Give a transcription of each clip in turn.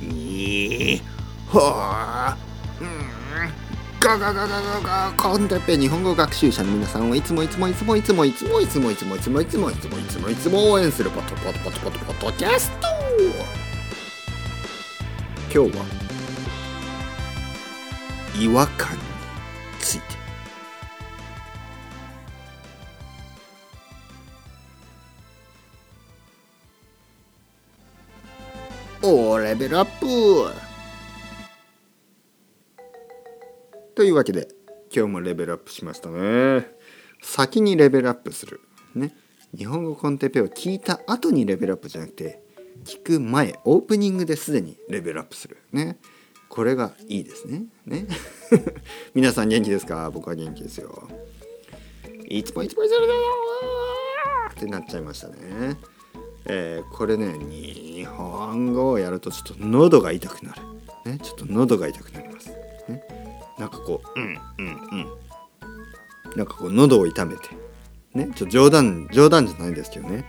にほーガガガガガガコンテッペ日本語学習者の皆さんをいつも応援するポッドキャスト。今日は違和感について。レベルアップというわけで今日もレベルアップしましたね。先にレベルアップするね。日本語コンテペを聞いた後にレベルアップじゃなくて、聞く前オープニングですでにレベルアップするね。これがいいですね。皆さん元気ですか？僕は元気ですよ。いつもってなっちゃいましたね。これね、日本語をやるとちょっと喉が痛くなる、ね、ちょっと喉が痛くなります、ね、なんかこうなんかこう喉を痛めてね、冗談じゃないですけどね、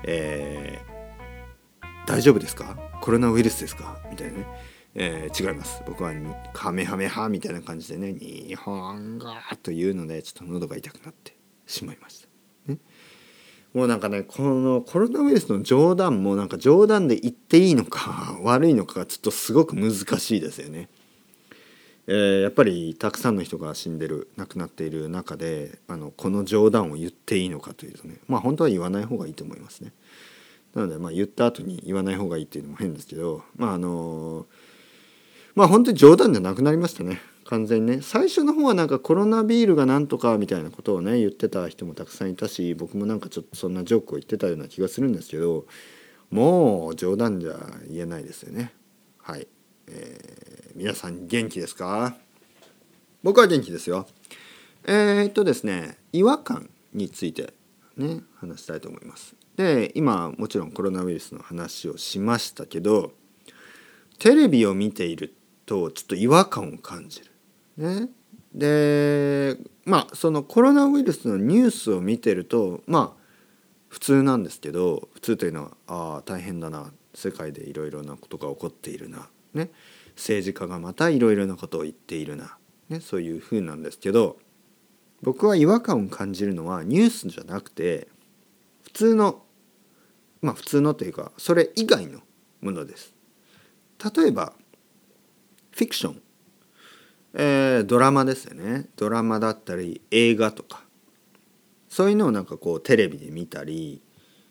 大丈夫ですか？コロナウイルスですか？みたいなね、違います。僕はカメハメハみたいな感じでね、日本語というのでちょっと喉が痛くなってしまいました。もうなんかね、このコロナウイルスの冗談もなんか冗談で言っていいのか悪いのかがちょっとすごく難しいですよね。やっぱりたくさんの人が死んでる、亡くなっている中でこの冗談を言っていいのかというとね、本当は言わない方がいいと思いますね。なので言った後に言わない方がいいっていうのも変ですけど、本当に冗談じゃなくなりましたね。完全にね。最初の方はなんかコロナビールがなんとかみたいなことをね言ってた人もたくさんいたし、僕もなんかちょっとそんなジョークを言ってたような気がするんですけど、もう冗談じゃ言えないですよね。はい、皆さん元気ですか？僕は元気ですよ。ですね、違和感についてね話したいと思います。で、今もちろんコロナウイルスの話をしましたけど、テレビを見ているとちょっと違和感を感じる。ね、でそのコロナウイルスのニュースを見てると普通なんですけど、普通というのは大変だな、世界でいろいろなことが起こっているな、ね、政治家がまたいろいろなことを言っているな、ね、そういう風なんですけど、僕は違和感を感じるのはニュースじゃなくて普通のというかそれ以外のものです。例えばフィクション、ドラマですよね。ドラマだったり映画とか、そういうのをなんかこうテレビで見たり、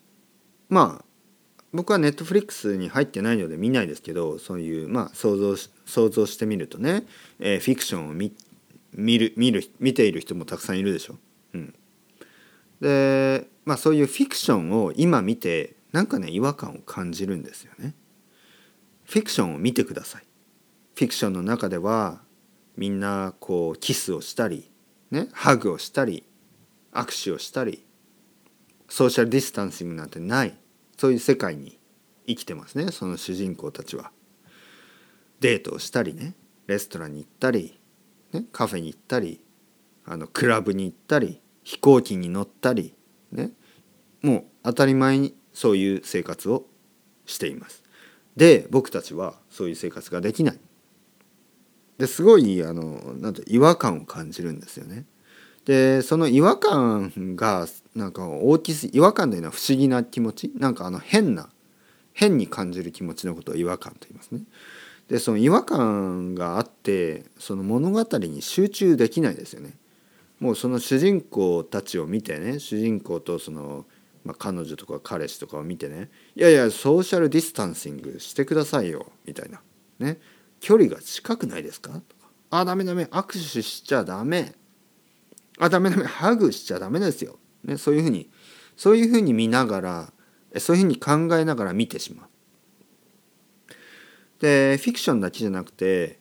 僕はネットフリックスに入ってないので見ないですけど、そういう想像してみるとね、フィクションを見ている人もたくさんいるでしょ。でそういうフィクションを今見てなんかね違和感を感じるんですよね。フィクションを見てください。フィクションの中ではみんなこうキスをしたり、ね、ハグをしたり握手をしたり、ソーシャルディスタンシングなんてない、そういう世界に生きてますね。その主人公たちはデートをしたりね、レストランに行ったり、ね、カフェに行ったり、クラブに行ったり、飛行機に乗ったり、ね、もう当たり前にそういう生活をしています。で、僕たちはそういう生活ができない。ですごいなんて違和感を感じるんですよね。で、その違和感がなんか違和感というのは不思議な気持ち、なんか変に感じる気持ちのことを違和感と言いますね。で、その違和感があってその物語に集中できないですよね。もうその主人公たちを見てね、主人公とその、彼女とか彼氏とかを見てね、いやいやソーシャルディスタンシングしてくださいよみたいなね、距離が近くないですかとか、ダメ握手しちゃダメ、ダメハグしちゃダメですよ、ね、そういうふうに見ながら、そういうふうに考えながら見てしまう。で、フィクションだけじゃなくて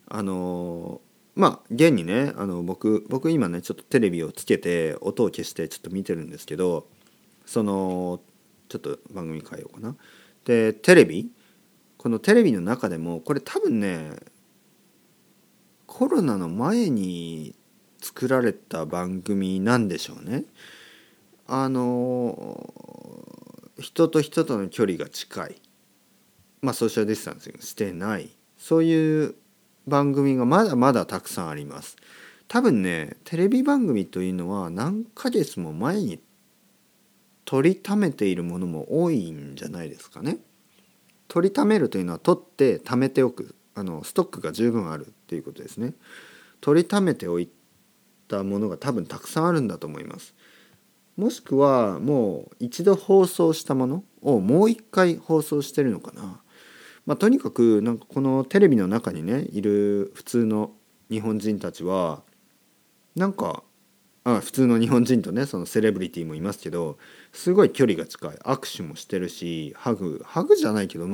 現にね僕今ねちょっとテレビをつけて音を消してちょっと見てるんですけど、ちょっと番組変えようかな。で、このテレビの中でもこれ多分ねコロナの前に作られた番組なんでしょうね。人と人との距離が近い、 ソーシャルディスタンスがしてない、そういう番組がまだまだたくさんあります。多分ね、テレビ番組というのは何ヶ月も前に取りためているものも多いんじゃないですかね。取りためるというのは取って貯めておく、ストックが十分あるっていうことですね。取りためておいたものが多分たくさんあるんだと思います。もしくはもう一度放送したものをもう一回放送してるのかな。とにかくなんかこのテレビの中にねいる普通の日本人たちはなんか普通の日本人とねそのセレブリティもいますけど、すごい距離が近い、握手もしてるし、ハグじゃないけど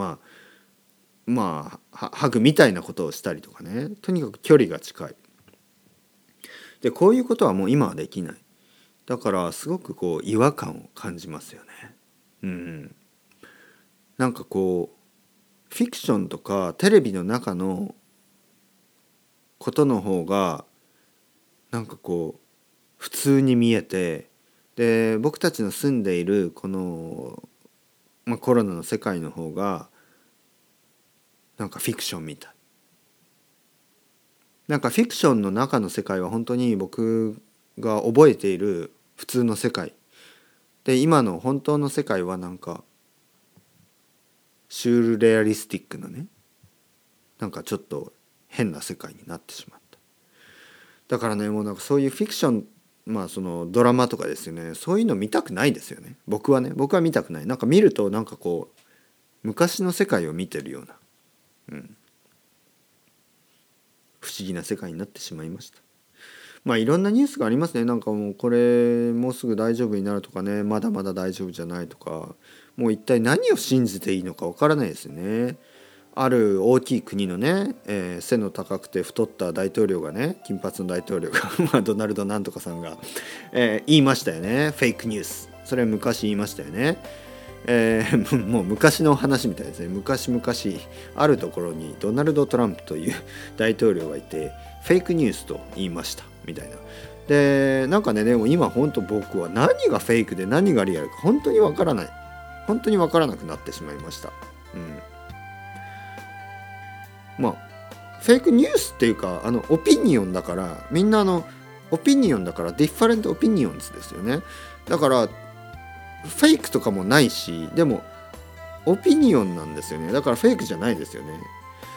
ハグみたいなことをしたりとかね、とにかく距離が近い。でこういうことはもう今はできない。だからすごくこう違和感を感じますよね。なんかこうフィクションとかテレビの中のことの方がなんかこう普通に見えて、で僕たちの住んでいるこの、コロナの世界の方がなんかフィクションみたい。なんかフィクションの中の世界は本当に僕が覚えている普通の世界で、今の本当の世界はなんかシュールレアリスティックなね、なんかちょっと変な世界になってしまった。だからね、もうなんかそういうフィクション、そのドラマとかですよね、そういうの見たくないですよね。僕は見たくない。なんか見るとなんかこう昔の世界を見てるような、不思議な世界になってしまいました。いろんなニュースがありますね。なんかもうこれもうすぐ大丈夫になるとかね、まだまだ大丈夫じゃないとか、もう一体何を信じていいのかわからないですよね。ある大きい国のね、背の高くて太った大統領がね、金髪の大統領がドナルドなんとかさんが、言いましたよね。フェイクニュース。それは昔言いましたよね。もう昔の話みたいですね。昔々あるところにドナルド・トランプという大統領がいて、フェイクニュースと言いましたみたいな。でなんかね、でも今本当僕は何がフェイクで何がリアルか本当にわからない。本当にわからなくなってしまいました。フェイクニュースっていうかオピニオンだから、みんなオピニオンだからディファレントオピニオンズですよね。だからフェイクとかもないし、でもオピニオンなんですよね。だからフェイクじゃないですよね。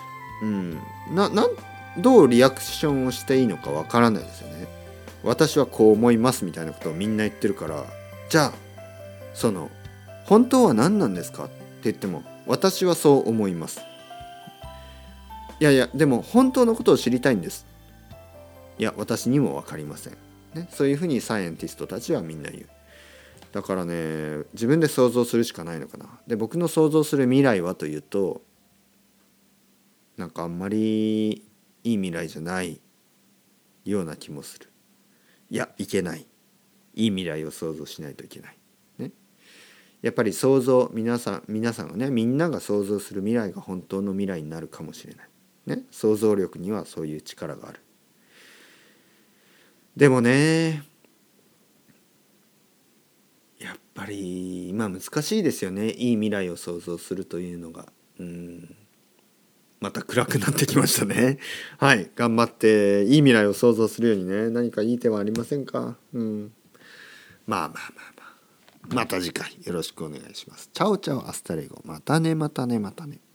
どうリアクションをしていいのかわからないですよね。私はこう思いますみたいなことをみんな言ってるから、じゃあその本当は何なんですかって言っても、私はそう思います。いやでも本当のことを知りたいんです。いや私にも分かりません、ね、そういうふうにサイエンティストたちはみんな言う。だからね、自分で想像するしかないのかな。で僕の想像する未来はというと、なんかあんまりいい未来じゃないような気もする。いけない。いい未来を想像しないといけない、ね、やっぱり皆さんがね、みんなが想像する未来が本当の未来になるかもしれない、ね、想像力にはそういう力がある。でもね、やっぱり今難しいですよね。いい未来を想像するというのが。また暗くなってきましたね。はい、頑張っていい未来を想像するようにね、何かいい手はありませんか。また次回よろしくお願いします。チャオチャオアスタレゴ。またね。